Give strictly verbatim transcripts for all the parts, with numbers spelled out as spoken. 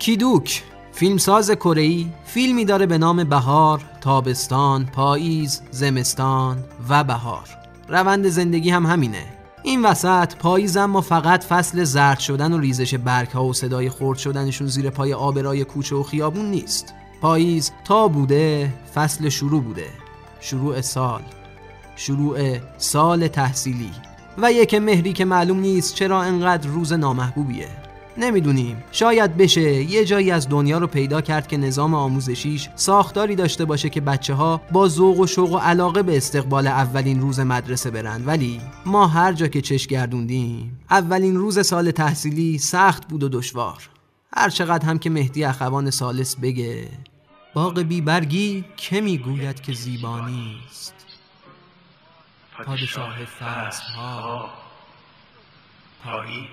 کیدوک، فیلمساز کره‌ای، فیلمی داره به نام بهار، تابستان، پاییز، زمستان و بهار. روند زندگی هم همینه. این وسط پاییز اما فقط فصل زرد شدن و ریزش برگ‌ها و صدای خرد شدنشون زیر پای آبرای کوچه و خیابون نیست. پاییز تا بوده فصل شروع بوده، شروع سال، شروع سال تحصیلی و یک مهری که معلوم نیست چرا انقدر روز نامحبوبیه. نمیدونیم، شاید بشه یه جایی از دنیا رو پیدا کرد که نظام آموزشیش ساختاری داشته باشه که بچه ها با ذوق و شوق و علاقه به استقبال اولین روز مدرسه برن، ولی ما هر جا که چشم گردوندیم اولین روز سال تحصیلی سخت بود و دشوار. هر چقدر هم که مهدی اخوان ثالث بگه باغ بی برگی که میگوید که زیبا نیست، پادشاه فصل ها پاییز.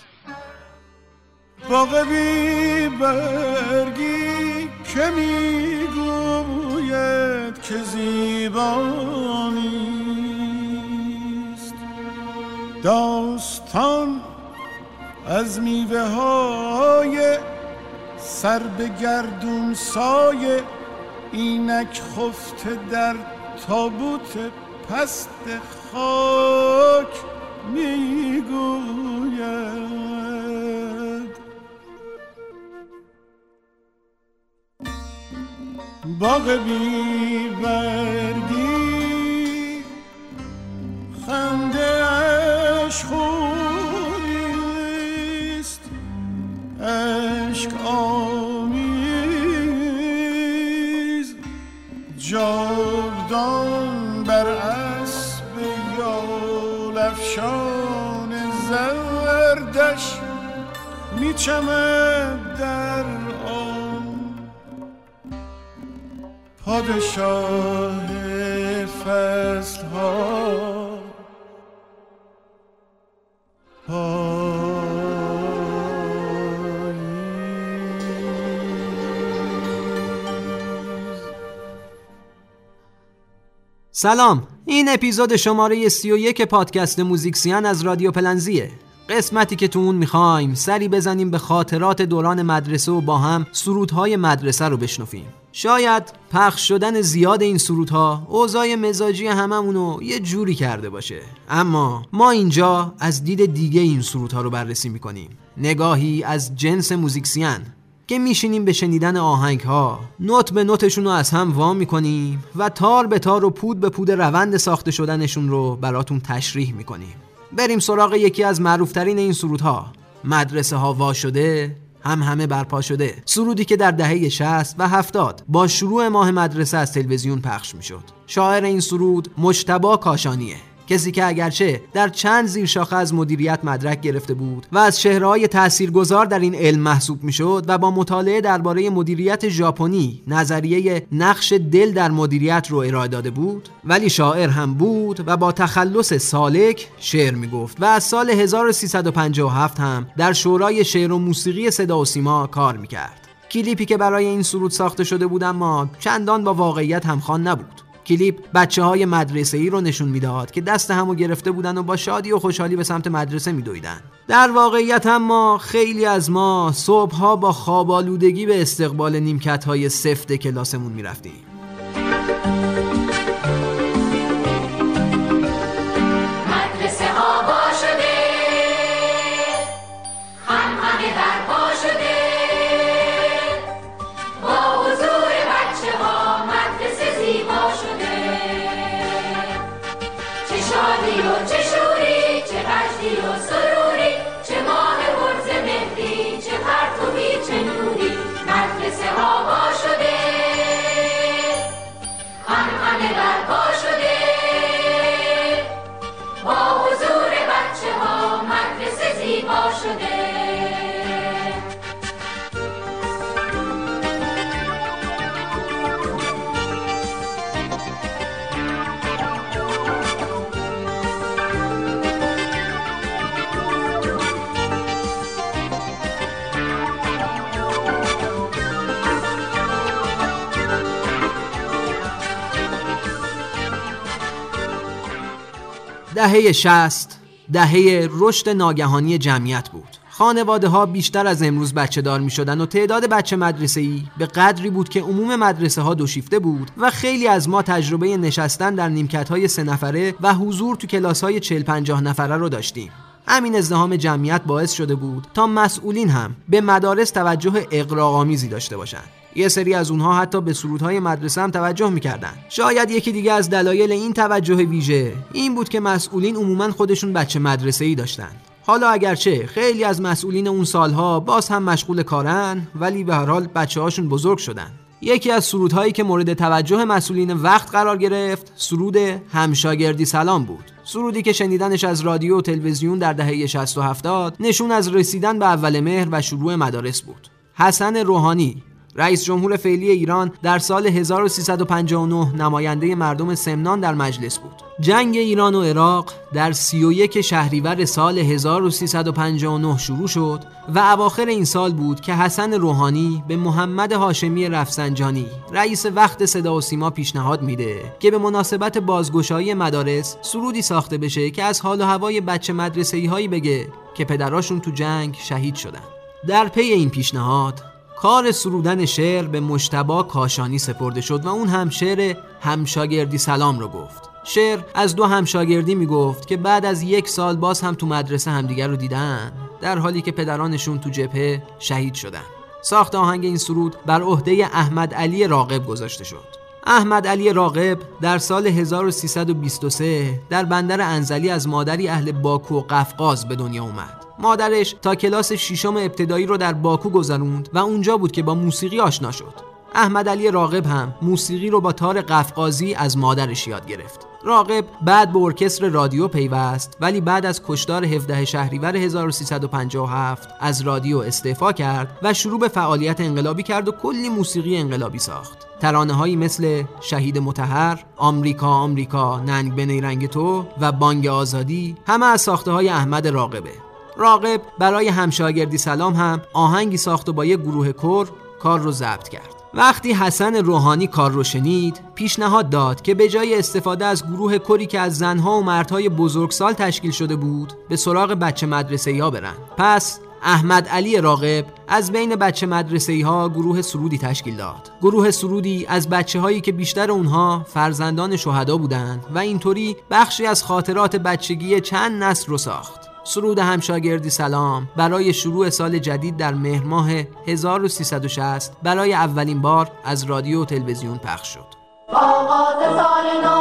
باغ بی برگی که میگوید که زیبا نیست، داستان از میوه های سر به گردون سایه، اینک خفته در تابوت پست خاک میگوید. باغ بی برگی خنده اش خونیست، عشق آمیز، جاودان بر اسب یال افشان زردش میچمد در آن، پادشاه فصل ها سلام، این اپیزود شماره سی و یک پادکست موزیکسیان از رادیو پلنزیه. قسمتی که تو اون میخوایم سری بزنیم به خاطرات دوران مدرسه و با هم سرودهای مدرسه رو بشنویم. شاید پخش شدن زیاد این سرودها اوضاع مزاجی هممونو یه جوری کرده باشه، اما ما اینجا از دید دیگه این سرودها رو بررسی میکنیم، نگاهی از جنس موزیکسیان که میشینیم به شنیدن آهنگها، نوت به نوتشون رو از هم وا میکنیم و تار به تار و پود به پود روند ساخته شدنشون رو براتون تشریح میکنیم. بریم سراغ یکی از معروفترین این سرودها، مدرسه ها وا شده هم همه برپا شده، سرودی که در دهه شصت و هفتاد با شروع ماه مدرسه از تلویزیون پخش میشد. شاعر این سرود مجتبی کاشانیه، کسی که اگرچه در چند زیر شاخه از مدیریت مدرک گرفته بود و از چهره‌های تاثیرگذار در این علم محسوب میشد و با مطالعه درباره مدیریت ژاپنی نظریه نقش دل در مدیریت رو ارائه داده بود، ولی شاعر هم بود و با تخلص سالک شعر میگفت و از سال هزار و سیصد و پنجاه و هفت هم در شورای شعر و موسیقی صدا و سیما کار میکرد. کلیپی که برای این سرود ساخته شده بود اما چندان با واقعیت همخوان نبود. کلیپ بچه های مدرسه ای رو نشون میداد که دست همو گرفته بودن و با شادی و خوشحالی به سمت مدرسه میدویدن. در واقعیت اما خیلی از ما صبحها با خواب آلودگی به استقبال نیمکت های سفت کلاسمون میرفتیم. دهه شصت دهه رشد ناگهانی جمعیت بود، خانواده ها بیشتر از امروز بچه دار می شدن و تعداد بچه مدرسه‌ای به قدری بود که عموم مدرسه ها دو شیفته بود و خیلی از ما تجربه نشستن در نیمکت های سه نفره و حضور تو کلاس های چهل پنجاه نفره رو داشتیم. همین ازدحام جمعیت باعث شده بود تا مسئولین هم به مدارس توجه اغراق‌آمیزی داشته باشن. یه سری از اونها حتی به سرودهای مدرسه هم توجه می‌کردن. شاید یکی دیگه از دلایل این توجه ویژه این بود که مسئولین عموماً خودشون بچه مدرسه‌ای داشتن. حالا اگرچه خیلی از مسئولین اون سالها باز هم مشغول کارن، ولی به هر حال بچه‌هاشون بزرگ شدن. یکی از سرودهایی که مورد توجه مسئولین وقت قرار گرفت سرود همشاگردی سلام بود. سرودی که شنیدنش از رادیو و تلویزیون در دهه شصت و هفتاد نشون از رسیدن به اول مهر و شروع مدارس بود. حسن روحانی رئیس جمهور فعلی ایران در سال هزار و سیصد و پنجاه و نه نماینده مردم سمنان در مجلس بود. جنگ ایران و عراق در سی و یک شهریور سال هزار و سیصد و پنجاه و نه شروع شد و اواخر این سال بود که حسن روحانی به محمد هاشمی رفسنجانی رئیس وقت صدا و سیما پیشنهاد میده که به مناسبت بازگشایی مدارس سرودی ساخته بشه که از حال و هوای بچه مدرسه‌ای هایی بگه که پدراشون تو جنگ شهید شدن. در پی این پیشنهاد کار سرودن شعر به مجتبی کاشانی سپرده شد و اون هم شعر همشاگردی سلام رو گفت. شعر از دو همشاگردی میگفت که بعد از یک سال باز هم تو مدرسه همدیگر رو دیدن در حالی که پدرانشون تو جبهه شهید شدن. ساخت آهنگ این سرود بر عهده احمد علی راغب گذاشته شد. احمد علی راغب در سال هزار و سیصد و بیست و سه در بندر انزلی از مادری اهل باکو و قفقاز به دنیا اومد. مادرش تا کلاس ششم ابتدایی رو در باکو گذروند و اونجا بود که با موسیقی آشنا شد. احمد علی راغب هم موسیقی رو با تار قفقازی از مادرش یاد گرفت. راغب بعد به ارکستر رادیو پیوست، ولی بعد از کشتار هفدهم شهریور هزار و سیصد و پنجاه و هفت از رادیو استعفا کرد و شروع به فعالیت انقلابی کرد و کلی موسیقی انقلابی ساخت. ترانه‌هایی مثل شهید مطهر، آمریکا آمریکا، ننگ به نیرنگ تو و بانگ آزادی همه از ساخته‌های احمد راغبه. راغب برای همشاگردی سلام هم آهنگی ساخت و با یک گروه کور کار رو ضبط کرد. وقتی حسن روحانی کار رو شنید، پیشنهاد داد که به جای استفاده از گروه کوری که از زنها و مردهای بزرگسال تشکیل شده بود، به سراغ بچه مدرسه‌ای‌ها برن. پس احمد علی راغب از بین بچه مدرسه‌ای‌ها گروه سرودی تشکیل داد. گروه سرودی از بچه‌هایی که بیشتر اونها فرزندان شهدا بودند و اینطوری بخشی از خاطرات بچگی چند نسل رو ساخت. سرود همشاگردی سلام برای شروع سال جدید در مهر ماه هزار و سیصد و شصت برای اولین بار از رادیو و تلویزیون پخش شد. آغاز سال نو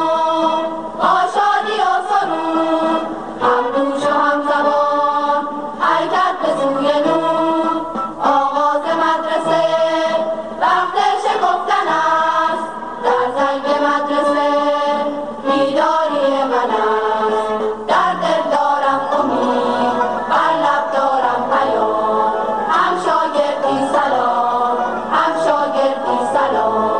با شادی و سرود، هم دوش و هم زبان حرکت به سوی نور. آغاز مدرسه وقت شکفتن است، در زنگ مدرسه بیداری من است. در دل دارم امید، بر لب دارم پیام، هم شاگردی سلام، هم شاگردی سلام.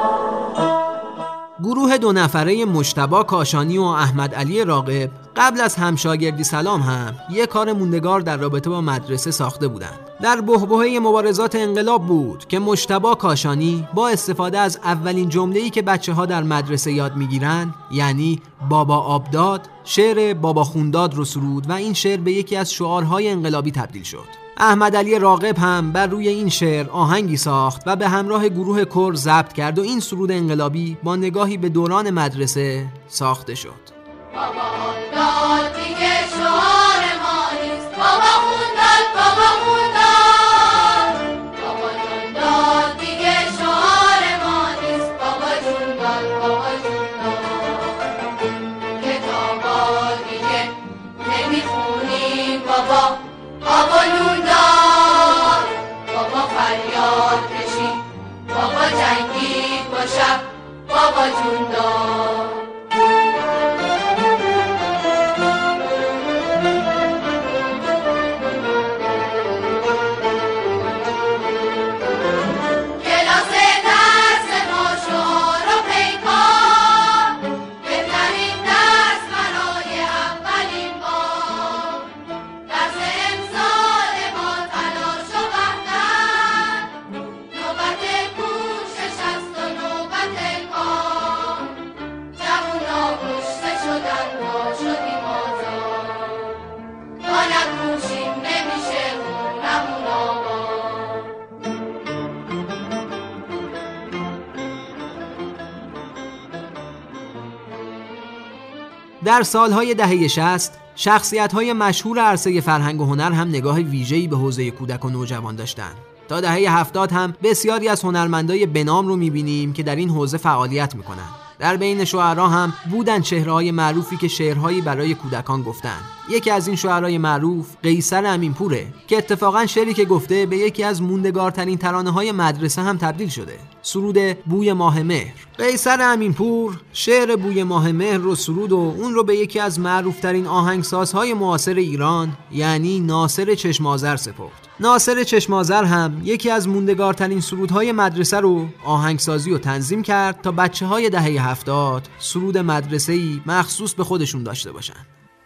گروه دو نفره مجتبی کاشانی و احمد علی راغب قبل از همشاگردی سلام هم یک کار موندگار در رابطه با مدرسه ساخته بودند. در بحبوحه مبارزات انقلاب بود که مجتبی کاشانی با استفاده از اولین جمله‌ای که بچه‌ها در مدرسه یاد می‌گیرن، یعنی بابا آبداد، شعر بابا خونداد رو سرود و این شعر به یکی از شعارهای انقلابی تبدیل شد. احمد علی راغب هم بر روی این شعر آهنگی ساخت و به همراه گروه کور ضبط کرد و این سرود انقلابی با نگاهی به دوران مدرسه ساخته شد. بابا خونداد دیگه شعار ما نیست، بابا خونداد، بابا خونداد، بابا جون داد دیگه شعار ما نیست، بابا جون داد، بابا جون داد. کتابا دیگه نمیخونیم بابا، بابا جون داد، بابا فریاد کشید، بابا جنگید با شب، بابا جون داد. در سالهای دهه شصت شخصیت‌های مشهور عرصه فرهنگ و هنر هم نگاه ویژه‌ای به حوزه کودک و نوجوان داشتند. تا دهه هفتاد هم بسیاری از هنرمندای بنام رو می‌بینیم که در این حوزه فعالیت می‌کنند. در بین شاعرها هم بودن چهره‌های معروفی که شعرهایی برای کودکان گفتن. یکی از این شاعرای معروف قیصر امینپوره که اتفاقاً شعری که گفته به یکی از موندگارترین ترانه‌های مدرسه هم تبدیل شده. سرود بوی ماه مهر. قیصر امینپور شعر بوی ماه مهر رو سرود و اون رو به یکی از معروفترین آهنگسازهای معاصر ایران یعنی ناصر چشم آذر سپرد. ناصر چشم آذر هم یکی از موندگارترین سرودهای مدرسه رو آهنگسازی و تنظیم کرد تا بچه‌های دهه هفتاد سرود مدرسه‌ای مخصوص به خودشون داشته باشن.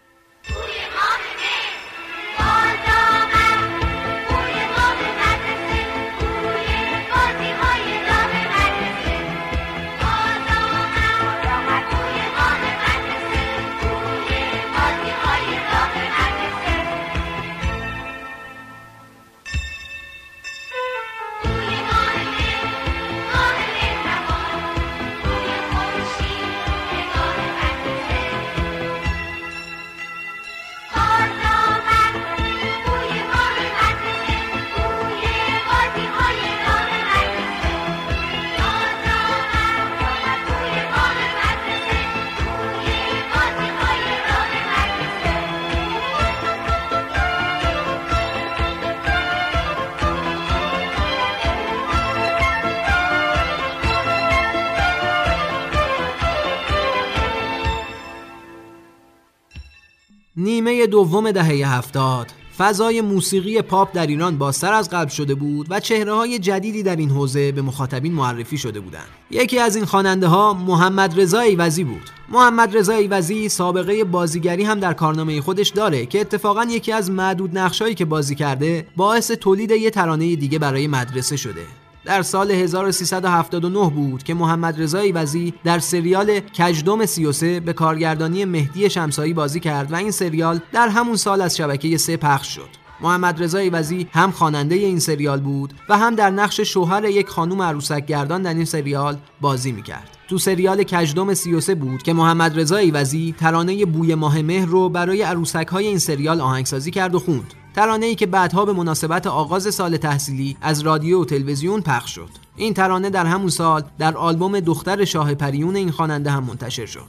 نیمه دوم دهه هفتاد فضای موسیقی پاپ در ایران بازتر از قبل شده بود و چهره‌های جدیدی در این حوزه به مخاطبین معرفی شده بودند. یکی از این خواننده‌ها محمد رضا ایوزی بود. محمد رضا ایوزی سابقه بازیگری هم در کارنامه خودش داره که اتفاقاً یکی از معدود نقشایی که بازی کرده باعث تولید یه ترانه دیگه برای مدرسه شده. در سال هزار و سیصد و هفتاد و نه بود که محمد رضا ایوزی در سریال کژدم سی و سه به کارگردانی مهدی شمسایی بازی کرد و این سریال در همون سال از شبکه سه پخش شد. محمد رضا ایوزی هم خواننده این سریال بود و هم در نقش شوهر یک خانم عروسک گردان در این سریال بازی میکرد. تو سریال کژدم سی و سه بود که محمد رضا ایوزی ترانه بوی ماه مهر رو برای عروسک‌های این سریال آهنگسازی کرد و خوند. ترانه‌ای که بعدها به مناسبت آغاز سال تحصیلی از رادیو و تلویزیون پخش شد. این ترانه در همون سال در آلبوم دختر شاه پریون این خواننده هم منتشر شد.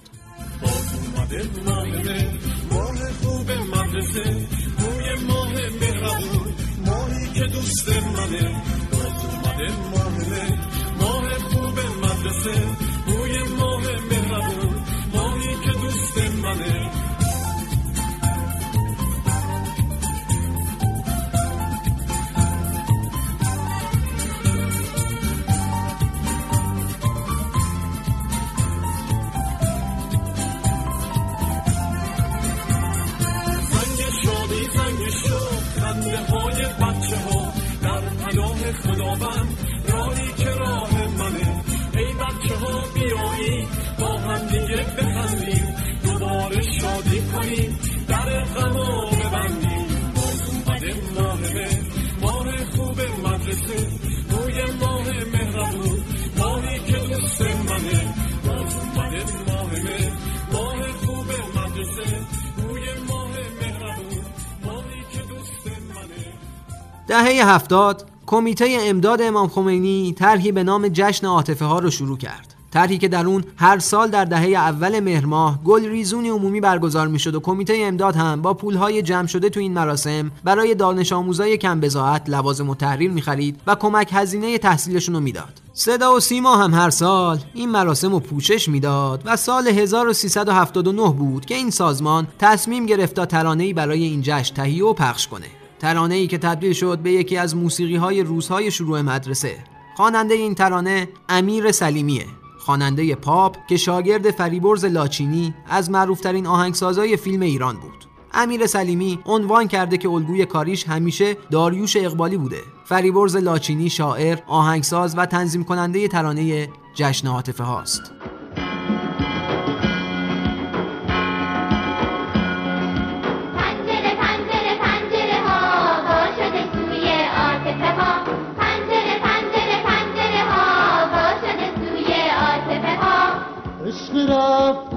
دهه هفتاد کمیته امداد امام خمینی طرحی به نام جشن عاطفه ها رو شروع کرد. طرحی که در اون هر سال در دهه اول مهر ماه گل ریزونی عمومی برگزار میشد و کمیته امداد هم با پولهای جمع شده تو این مراسم برای دانش آموزای کم بضاعت لوازم و تحریر می‌خرید و کمک هزینه تحصیلشون رو میداد. صدا و سیما هم هر سال این مراسم رو پوشش میداد و سال هزار و سیصد و هفتاد و نه بود که این سازمان تصمیم گرفت تا ترانه‌ای برای این جشن تهیه و پخش کنه. ترانه‌ای که تبدیل شد به یکی از موسیقی‌های روزهای شروع مدرسه. خواننده این ترانه امیر سلیمیه، خواننده پاپ که شاگرد فریبرز لاچینی از معروفترین آهنگسازای فیلم ایران بود. امیر سلیمی عنوان کرده که الگوی کاریش همیشه داریوش اقبالی بوده. فریبرز لاچینی شاعر، آهنگساز و تنظیم کننده ترانه جشن عاطفه هاست.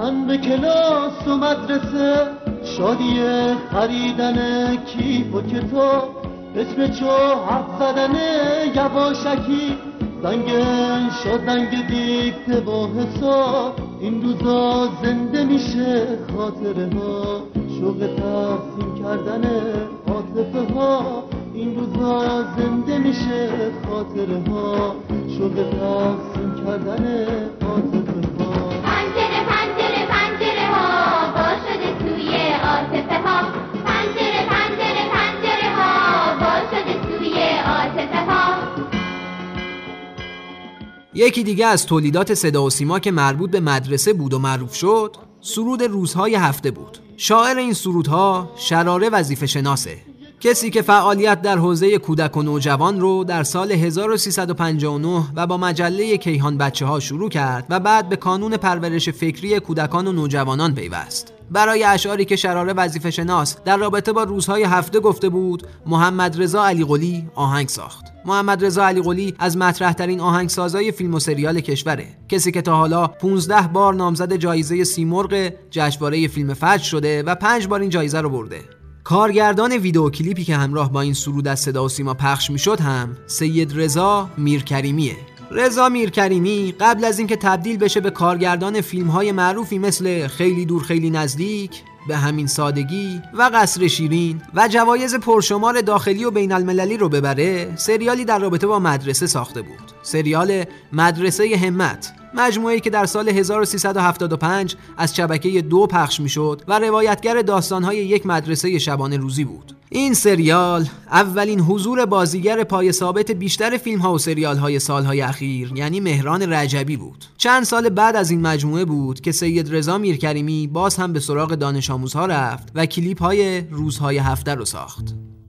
رفتن به کلاس و مدرسه، شادی خریدن کیف و کتاب، اسم چو حرف زدن یواشکی، زنگ شد زنگ دیکته با حساب. این روزا زنده میشه خاطره ها، شوق تحسین کردن عاطفه ها. این روزا زنده میشه خاطره ها، شوق تحسین کردن عاطفه ها. پنجره پنجره پنجره ها با شده توی عاطفه ها. پنجره پنجره پنجره ها با شده توی عاطفه ها. یکی دیگه از تولیدات صدا و سیما که مربوط به مدرسه بود و معروف شد، سرود روزهای هفته بود. شاعر این سرودها شراره وظیفه شناسه، کسی که فعالیت در حوزه کودک و نوجوان رو در سال هزار و سیصد و پنجاه و نه و با مجله کیهان بچه ها شروع کرد و بعد به کانون پرورش فکری کودکان و نوجوانان پیوست. برای اشعاری که شراره وظیفه شناس در رابطه با روزهای هفته گفته بود، محمد رضا علی قلی آهنگ ساخت. محمد رضا علی قلی از مطرح ترین آهنگسازای فیلم و سریال کشوره، کسی که تا حالا پانزده بار نامزد جایزه سیمرغ جشنواره فیلم فجر شده و پنج بار این جایزه رو برده. کارگردان ویدیو کلیپی که همراه با این سرود از صدا و سیما پخش میشد هم سید رضا میرکریمیه. رضا میرکریمی قبل از اینکه تبدیل بشه به کارگردان فیلم‌های معروفی مثل خیلی دور خیلی نزدیک، به همین سادگی و قصر شیرین و جوایز پرشمار داخلی و بین المللی رو ببره، سریالی در رابطه با مدرسه ساخته بود. سریال مدرسه همت، مجموعه‌ای که در سال هزار و سیصد و هفتاد و پنج از شبکه دو پخش میشد و روایتگر داستان‌های یک مدرسه شبانه روزی بود. این سریال اولین حضور بازیگر پای ثابت بیشتر فیلم‌ها و سریال‌های سال‌های اخیر، یعنی مهران رجبی بود. چند سال بعد از این مجموعه بود که سید رضا میرکریمی باز هم به سراغ دانش آموزها رفت و کلیپ‌های روزهای هفته رو ساخت.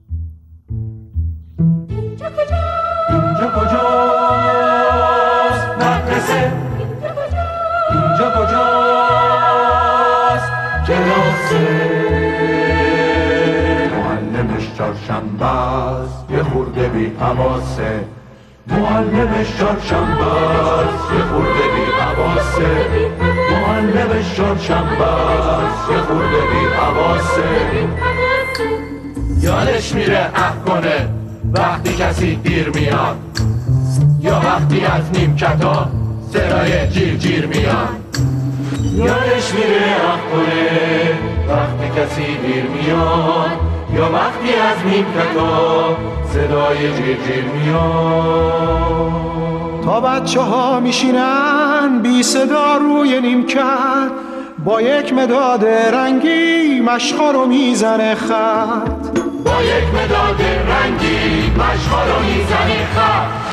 اینجا کجا؟ اینجا کجاست مدرسه؟ اینجا کجاست کلاسه؟ معلمش چهارشنبه است یه خورده بی حواسه. معلمش چهارشنبه است یه خورده بی حواسه. معلمش چهارشنبه است یه خورده بی حواسه. یادش میره اه کنه وقتی کسی دیر میاد، یا وقتی از نیمکتا صدای جیر جیر میاد. یادش میره اه کنه وقتی کسی دیر میاد، یا وقتی از نیمکتا صدای جیر جیر میاد. تا بچه ها میشینن بی صدا روی نیمکت، با یک مداد رنگی مشقا رو میزنه خط. با یک مداد رنگی مشقا رو میزنه خط.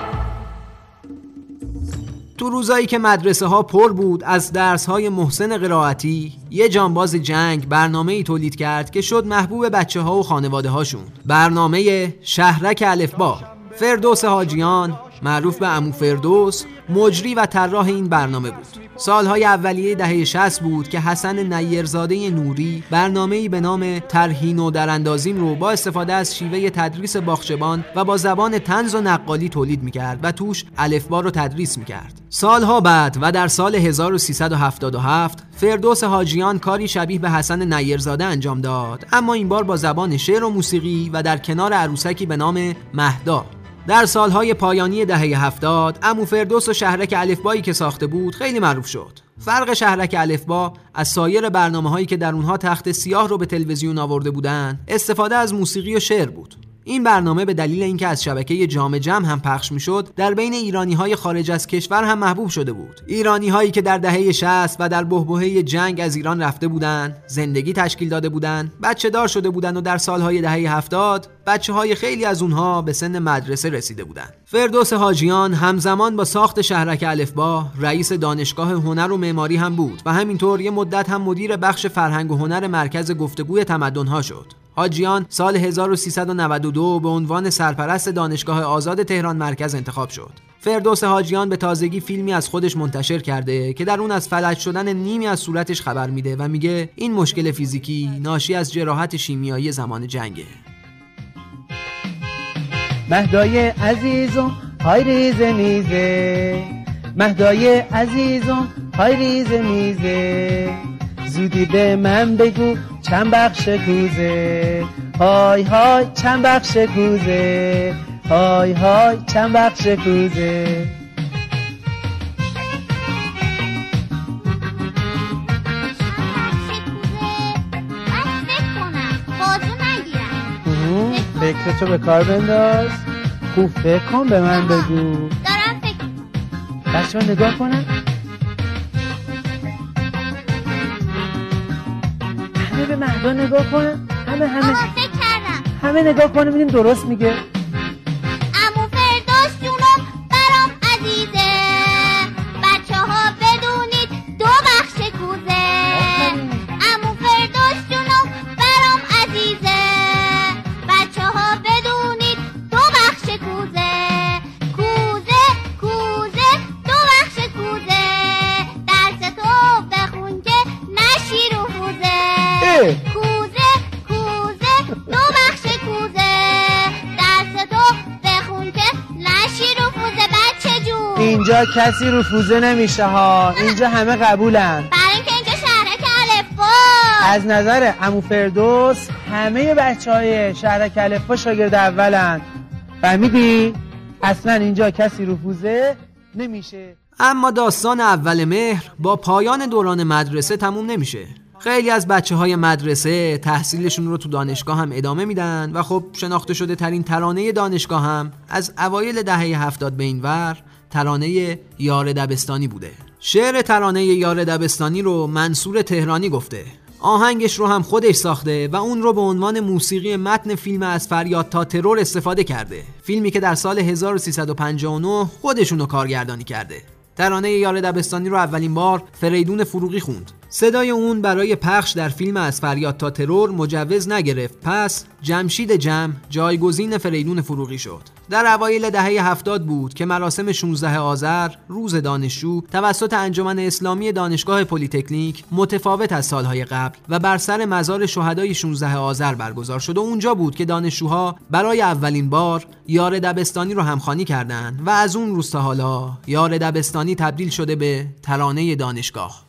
تو روزایی که مدرسه ها پر بود از درس های محسن قرائتی، یه جانباز جنگ برنامه‌ای تولید کرد که شد محبوب بچه ها و خانواده هاشون. برنامه شهرک الفبا. فردوس حاجیان، معروف به عمو فردوس، مجری و طراح این برنامه بود. سالهای اولیه دهه شصت بود که حسن نیرزاده نوری برنامه‌ای به نام ترهین و دراندازیم رو با استفاده از شیوه تدریس باغچبان و با زبان طنز و نقالی تولید می‌کرد و توش الفبا رو تدریس می‌کرد. سالها بعد و در سال هزار و سیصد و هفتاد و هفت فردوس حاجیان کاری شبیه به حسن نیرزاده انجام داد، اما این بار با زبان شعر و موسیقی و در کنار عروسکی به نام مهدا. در سالهای پایانی دهه هفتاد عمو فردوس و شهرک الفبایی که ساخته بود خیلی معروف شد. فرق شهرک الفبا از سایر برنامه‌هایی که در اونها تخت سیاه رو به تلویزیون آورده بودن، استفاده از موسیقی و شعر بود. این برنامه به دلیل اینکه از شبکه جام جم هم پخش میشد، در بین ایرانی‌های خارج از کشور هم محبوب شده بود. ایرانی‌هایی که در دهه شصت و در بحبوحه جنگ از ایران رفته بودند، زندگی تشکیل داده بودند، بچه‌دار شده بودند و در سالهای دهه هفتاد بچه‌های خیلی از اونها به سن مدرسه رسیده بودند. فردوس حاجیان همزمان با ساخت شهرک الفبا رئیس دانشگاه هنر و معماری هم بود و همینطور یه مدت هم مدیر بخش فرهنگ و هنر مرکز گفتگوی تمدن‌ها شد. حاجیان سال هزار و سیصد و نود و دو به عنوان سرپرست دانشگاه آزاد تهران مرکز انتخاب شد. فردوس حاجیان به تازگی فیلمی از خودش منتشر کرده که در اون از فلج شدن نیمی از صورتش خبر میده و میگه این مشکل فیزیکی ناشی از جراحت شیمیایی زمان جنگه. مهدای عزیزم های ریزه میزه، مهدای عزیزم های ریزه میزه، زودی به من بگو چند بخش کوزه، های های چند بخش کوزه، های های چند بخش کوزه. فکرتو به کار بنداز، خوب فکر کن به من بگو. دارم فکر میکنم. بچه ها نگاه کنن، همه به مهدا نگاه کنن، همه همه آقا فکر کردم. همه نگاه کنن ببینیم درست میگه. عمو فردوس جونم برام عزیزه، بچه ها بدونید دو بخش کوزه. عمو فردوس جونم برام عزیزه، بچه ها بدونید دو بخش کوزه. کوزه کوزه دو بخش کوزه، درس تو بخون که نشی رو کوزه. کوزه کوزه دو بخش کوزه، درس تو بخون که نشی رو کوزه. بچه جون اینجا کسی رفوزه نمیشه ها، اینجا همه قبولن. برای اینکه اینجا شهرک الفبا. از نظر عمو فردوس همه بچه های شهرک الفبا شاگرد اولن، فهمیدی؟ اصلا اینجا کسی رفوزه نمیشه. اما داستان اول مهر با پایان دوران مدرسه تموم نمیشه. خیلی از بچه های مدرسه تحصیلشون رو تو دانشگاه هم ادامه میدن و خب شناخته شده ترین ترانه دانشگاه هم از اوایل دهه هفتاد به این ور ترانه یار دبستانی بوده. شعر ترانه یار دبستانی رو منصور تهرانی گفته، آهنگش رو هم خودش ساخته و اون رو به عنوان موسیقی متن فیلم از فریاد تا ترور استفاده کرده، فیلمی که در سال هزار و سیصد و پنجاه و نه خودشونو کارگردانی کرده. ترانه یار دبستانی رو اولین بار فریدون فروغی خوند. صدای اون برای پخش در فیلم از فریاد تا ترور مجوز نگرفت، پس جمشید جم جایگزین فریدون فروغی شد. در اوایل دهه هفتاد بود که مراسم شانزده آذر روز دانشجو توسط انجمن اسلامی دانشگاه پلی‌تکنیک متفاوت از سالهای قبل و بر سر مزار شهدای شانزده آذر برگزار شد و اونجا بود که دانشجوها برای اولین بار یار دبستانی رو همخوانی کردند و از اون روز تا حالا یار دبستانی تبدیل شده به ترانه دانشگاه.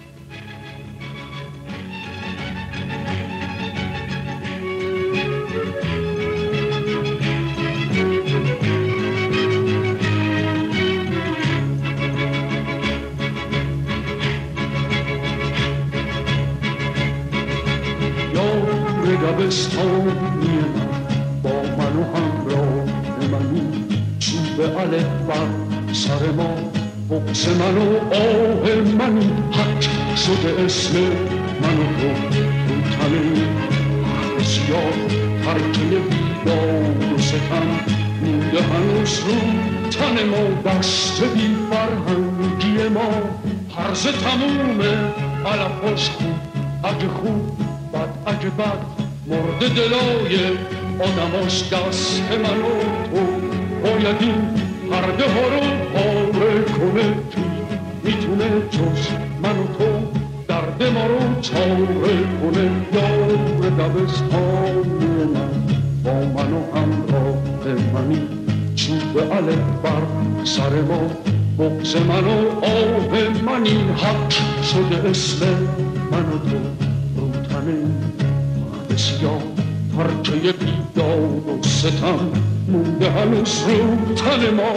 دبستانی من با من و همراه منی، چوب الف بر سر ما، بغض من و آه منی، حک شده اسم من و تو رو تنه بسیار ترکه بیدار و ستم مونده هنوز رو تن ما، دست بی فرهنگی ما هرز تمومه علفاش خوب اگه خوب بد اگه بد مرد دلای آدماش. دست من و تو باید این پرده ها رو پاره کنه، کی میتونه جز من و تو درد ما رو چاره کنه. یار دبستانی من با من و همراه منی، چوب الف بر سر ما، بغض من و آه منی، حک شده اسم من و تو رو تنه بسیار ترکه بیداد و ستم مونده هنوز رو تن ما.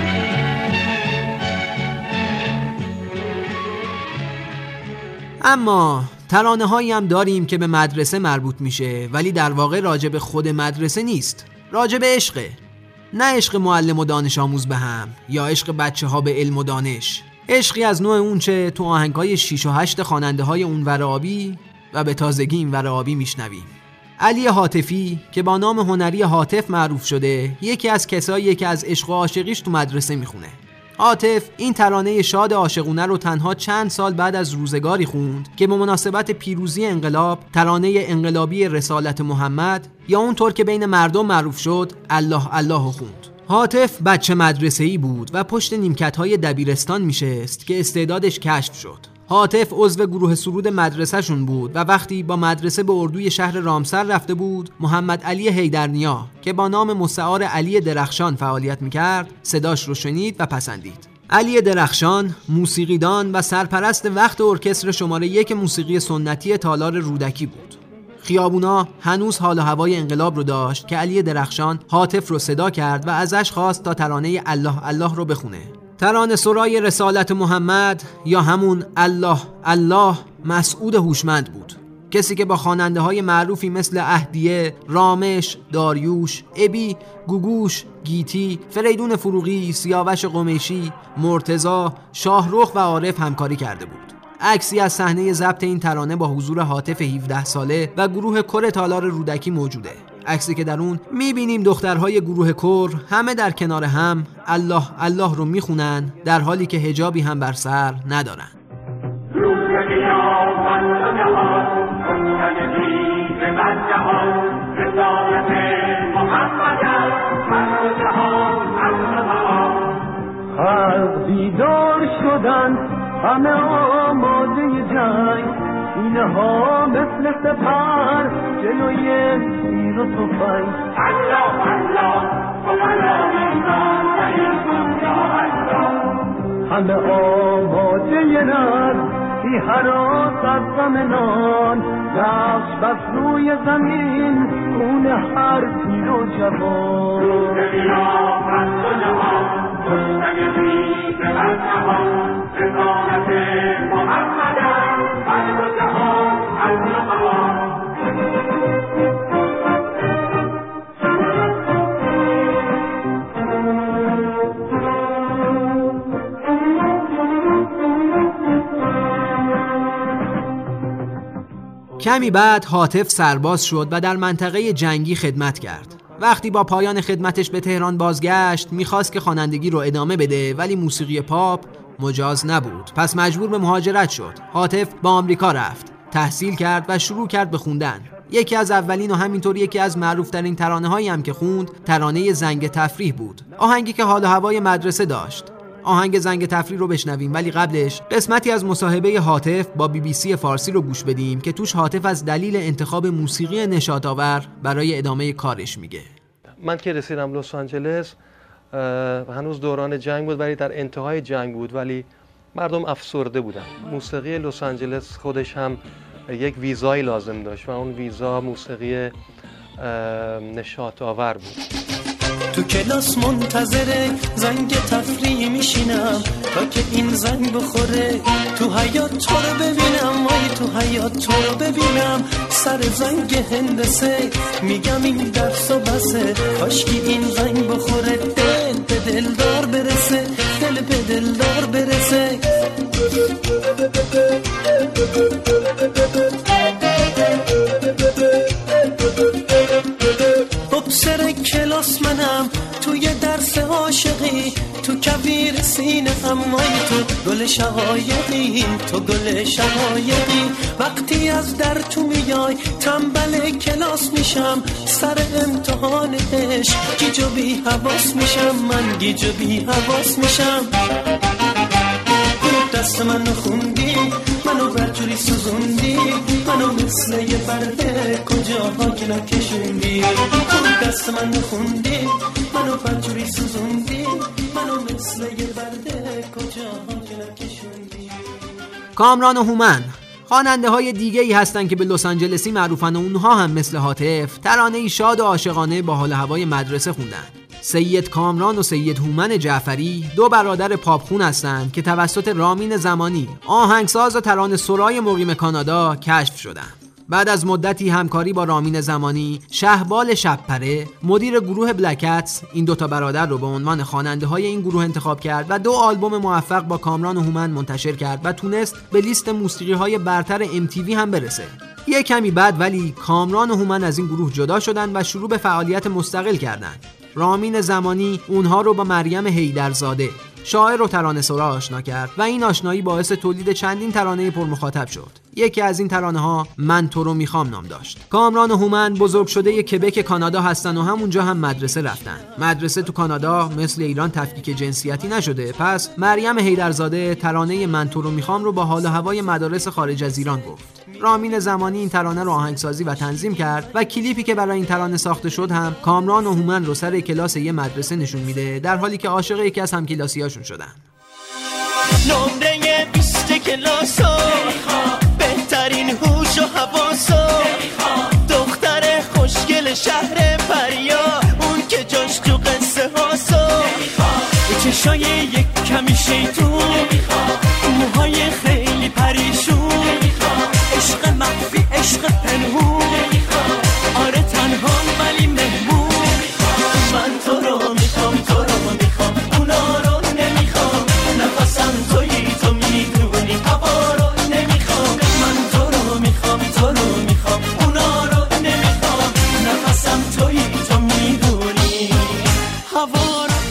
اما ترانه هایی هم داریم که به مدرسه مربوط میشه ولی در واقع راجع به خود مدرسه نیست، راجع به عشقه. نه عشق معلم و دانش آموز به هم یا عشق بچه ها به علم و دانش، عشقی از نوع اون چه تو آهنگای شیش و هشت خواننده های اونور آبی و به تازگی اینور آبی میشنویم. علی حاتفی که با نام هنری حاتف معروف شده یکی از کساییه که از عشق و عاشقیش تو مدرسه میخونه. حاتف این ترانه شاد عاشقونه رو تنها چند سال بعد از روزگاری خوند که به مناسبت پیروزی انقلاب ترانه انقلابی رسالت محمد یا اونطور که بین مردم معروف شد الله الله خوند. حاتف بچه مدرسه‌ای بود و پشت نیمکت‌های دبیرستان میشست که استعدادش کشف شد. حاتف عضو گروه سرود مدرسه‌شون بود و وقتی با مدرسه به اردوی شهر رامسر رفته بود، محمد علی حیدرنیا که با نام مستعار علی درخشان فعالیت میکرد صداش رو شنید و پسندید. علی درخشان موسیقیدان و سرپرست وقت ارکستر شماره یک موسیقی سنتی تالار رودکی بود. خیابونا هنوز حال و هوای انقلاب رو داشت که علی درخشان هاتف رو صدا کرد و ازش خواست تا ترانه الله الله رو بخونه. ترانه سرای رسالت محمد یا همون الله الله مسعود هوشمند بود، کسی که با خواننده های معروفی مثل اهدیه، رامش، داریوش، ابی، گوگوش، گیتی، فریدون فروغی، سیاوش قمیشی، مرتضی، شاهرخ و عارف همکاری کرده بود. عکسی از صحنه ضبط این ترانه با حضور هاتف هفده ساله و گروه کور تالار رودکی موجوده. عکسی که در اون میبینیم دخترهای گروه کور همه در کنار هم الله الله رو میخونن در حالی که حجابی هم بر سر ندارن. خلق بیدار شدن همه آماده جنگ، اینها مثل سپر جلوی تیر و تفنگ. الله الله سبحان ایمان و ایمان یا الله، همه آماده نر بی هراس از غم نان، نقش بس روی زمین خون هر پیر و جوان. روز قیامت و جهان کشتن بی به مرتبان، رسالت محمد هر دو جهان الله. کمی بعد هاتف سرباز شد و در منطقه جنگی خدمت کرد. وقتی با پایان خدمتش به تهران بازگشت میخواست که خوانندگی رو ادامه بده، ولی موسیقی پاپ مجاز نبود، پس مجبور به مهاجرت شد. هاتف با آمریکا رفت، تحصیل کرد و شروع کرد به خوندن. یکی از اولین و همینطور یکی از معروفترین ترانه هایی هم که خوند ترانه زنگ تفریح بود، آهنگی که حال و هوای مدرسه داشت. آهنگ زنگ تفریح رو بشنویم، ولی قبلش قسمتی از مصاحبه هاتف با بی بی سی فارسی رو گوش بدیم که توش هاتف از دلیل انتخاب موسیقی نشاط‌آور برای ادامه کارش میگه. من که رسیدم لس آنجلس هنوز دوران جنگ بود، ولی در انتهای جنگ بود، ولی مردم افسرده بودن. موسیقی لس آنجلس خودش هم یک ویزایی لازم داشت و اون ویزا موسیقی نشاط‌آور بود. تو کلاس منتظر زنگ تفریح میشینم تا که این زنگ بخوره، تو حیاط تو رو ببینم، وای تو حیاط تو رو ببینم، سر زنگ هندسه میگم این درس و بسه، کاشکی این زنگ بخوره، دل به دلدار برسه، دل به دلدار برسه. سر کلاس منم توی درس عاشقی، تو کبیر سینه هم، وای تو گل شقایقی، تو گل شقایقی. وقتی از در تو میای تنبل کلاس میشم، سر امتحان عشق گیج و بی حواس میشم، من گیج و بی حواس میشم. دست منو خوندی، منو برجوری سوزوندی، منو مثل یه برده کجاها که نکشوندی. دست منو خوندی، منو برجوری سوزوندی، منو مثل یه برده کجاها که نکشوندی. کامران و هومن خواننده های دیگه ای هستن که به لس آنجلسی معروفن و اونها هم مثل هاتف ترانه‌ای شاد و عاشقانه با حال و هوای مدرسه خوندن. سید کامران و سید هومن جعفری دو برادر پاپخون هستند که توسط رامین زمانی آهنگساز و ترانه سرای مقیم کانادا کشف شدند. بعد از مدتی همکاری با رامین زمانی، شهبال شبپره مدیر گروه بلکتس این دوتا برادر رو به عنوان خواننده های این گروه انتخاب کرد و دو آلبوم موفق با کامران و هومن منتشر کرد و تونست به لیست موسیقی های برتر ام تی وی هم برسه. یه کمی بعد ولی کامران و هومن از این گروه جدا شدن و شروع به فعالیت مستقل کردند. رامین زمانی اونها رو با مریم حیدرزاده شاعر و ترانه‌سرا آشنا کرد و این آشنایی باعث تولید چندین ترانه پرمخاطب شد. یکی از این ترانه ها من تو رو میخوام نام داشت. کامران و هومن بزرگ شده کبک کانادا هستن و همونجا هم مدرسه رفتن. مدرسه تو کانادا مثل ایران تفکیک جنسیتی نشده، پس مریم حیدرزاده ترانه من تو رو میخوام رو با حال و هوای مدارس خارج از ایران گفت. رامین زمانی این ترانه رو آهنگسازی و تنظیم کرد و کلیپی که برای این ترانه ساخته شد هم کامران و هومن رو سر کلاس یه مدرسه نشون میده، در حالی که عاشق یکی از همکلاسیاشون شدن. نمره بیست کلاسو بهترین هوش و حواسو دختر خوشگل شهر پریا اون که جاش تو قصه هاسو چشای یک کمی شیطون موهای خیلی پریشون عشق مخفی عشق پنهون آره تنها ولی مهمون من تو رو میخوام تو رو میخوام اونا رو نمیخوام نفسم تویی تو میدونی هوا رو نمیخوام من تو رو میخوام تو رو میخوام اونا رو نمیخوام نفسم تویی تو میدونی هوا رو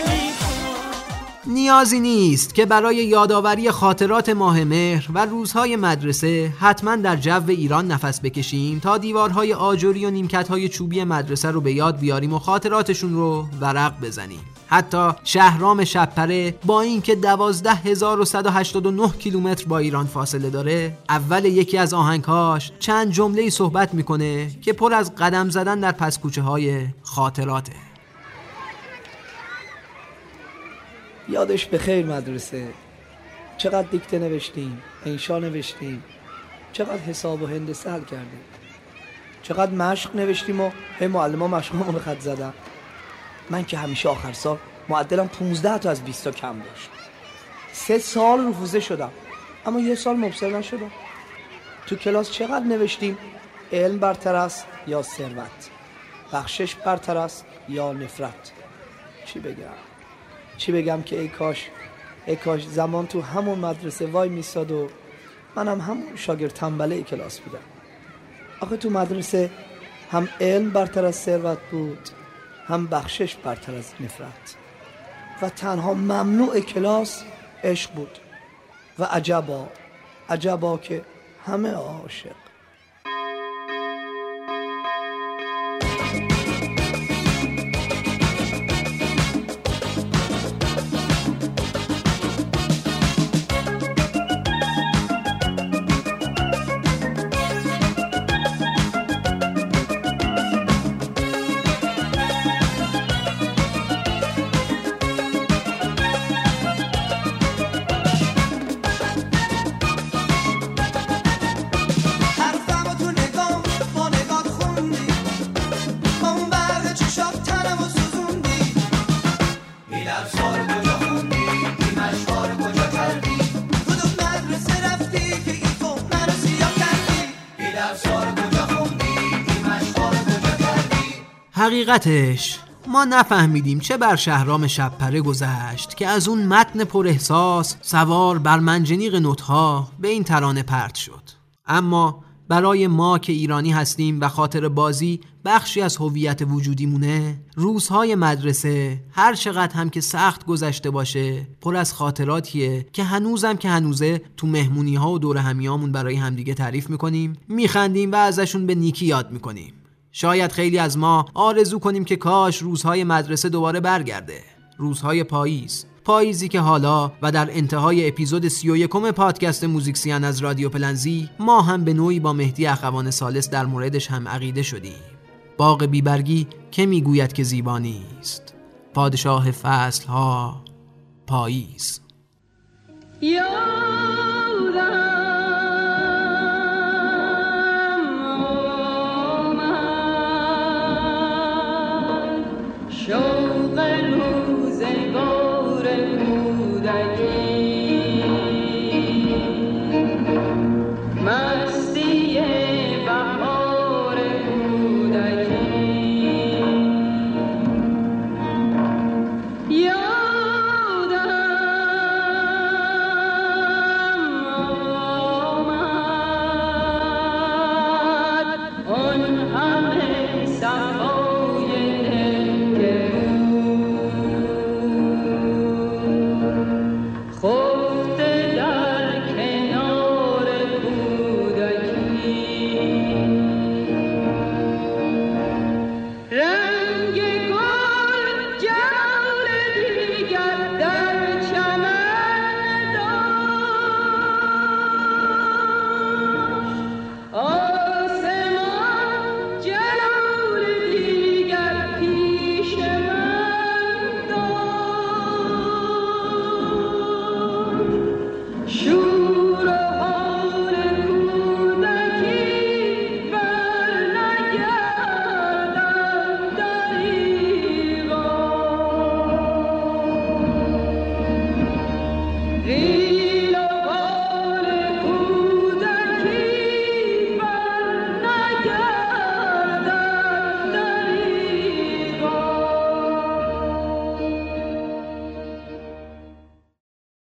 نیازی نیست که برای یادآوری خاطرات ماه مهر و روزهای مدرسه حتما در جو ایران نفس بکشیم تا دیوارهای آجری و نیمکت‌های چوبی مدرسه رو به یاد بیاریم و خاطراتشون رو ورق بزنیم. حتی شهرام شبپره با اینکه دوازده هزار و صد و هشتاد و نه کیلومتر با ایران فاصله داره، اول یکی از آهنگاش چند جمله‌ای صحبت میکنه که پر از قدم زدن در پس‌کوچه‌های خاطراته. یادش به خیر مدرسه، چقدر دیکته نوشتیم، انشا نوشتیم، چقدر حساب و هندسه حل کردیم، چقدر مشق نوشتیم و هی معلم ها مشقمون خط زدن. من که همیشه آخر سال معدلم پونزده تا از بیست تا کم داشت. سه سال رفوزه شدم اما یه سال مبصر نشدم. تو کلاس چقدر نوشتیم علم برتر است یا ثروت، بخشش برتر است یا نفرت. چی بگم چی بگم که ای کاش ای کاش زمان تو همون مدرسه وای میستاد و منم همون شاگرد تنبله کلاس بودم. آخه تو مدرسه هم علم برتر از ثروت بود، هم بخشش برتر از نفرت، و تنها ممنوع کلاس عشق بود. و عجبا عجبا که همه عاشق. حقیقتش ما نفهمیدیم چه بر شهرام شبپره گذشت که از اون متن پر احساس سوار بر منجنیق نوت‌ها به این ترانه پرت شد. اما برای ما که ایرانی هستیم و خاطر بازی بخشی از هویت وجودیمونه، روزهای مدرسه هر چقدر هم که سخت گذشته باشه پر از خاطراتیه که هنوزم که هنوزه تو مهمونی‌ها و دور همیامون برای همدیگه تعریف میکنیم، میخندیم و ازشون به نیکی یاد میکنیم. شاید خیلی از ما آرزو کنیم که کاش روزهای مدرسه دوباره برگرده، روزهای پاییز، پاییزی که حالا و در انتهای اپیزود سی و یکم پادکست موزیکسیان از رادیو پلنزی ما هم به نوعی با مهدی اخوان ثالث در موردش هم عقیده شدیم. باغ بیبرگی که میگوید که زیبا نیست، پادشاه فصلها پاییز. شوق روزگار کودکی، مستی بهار کودکی، یادم آمد آن همه صفای غیر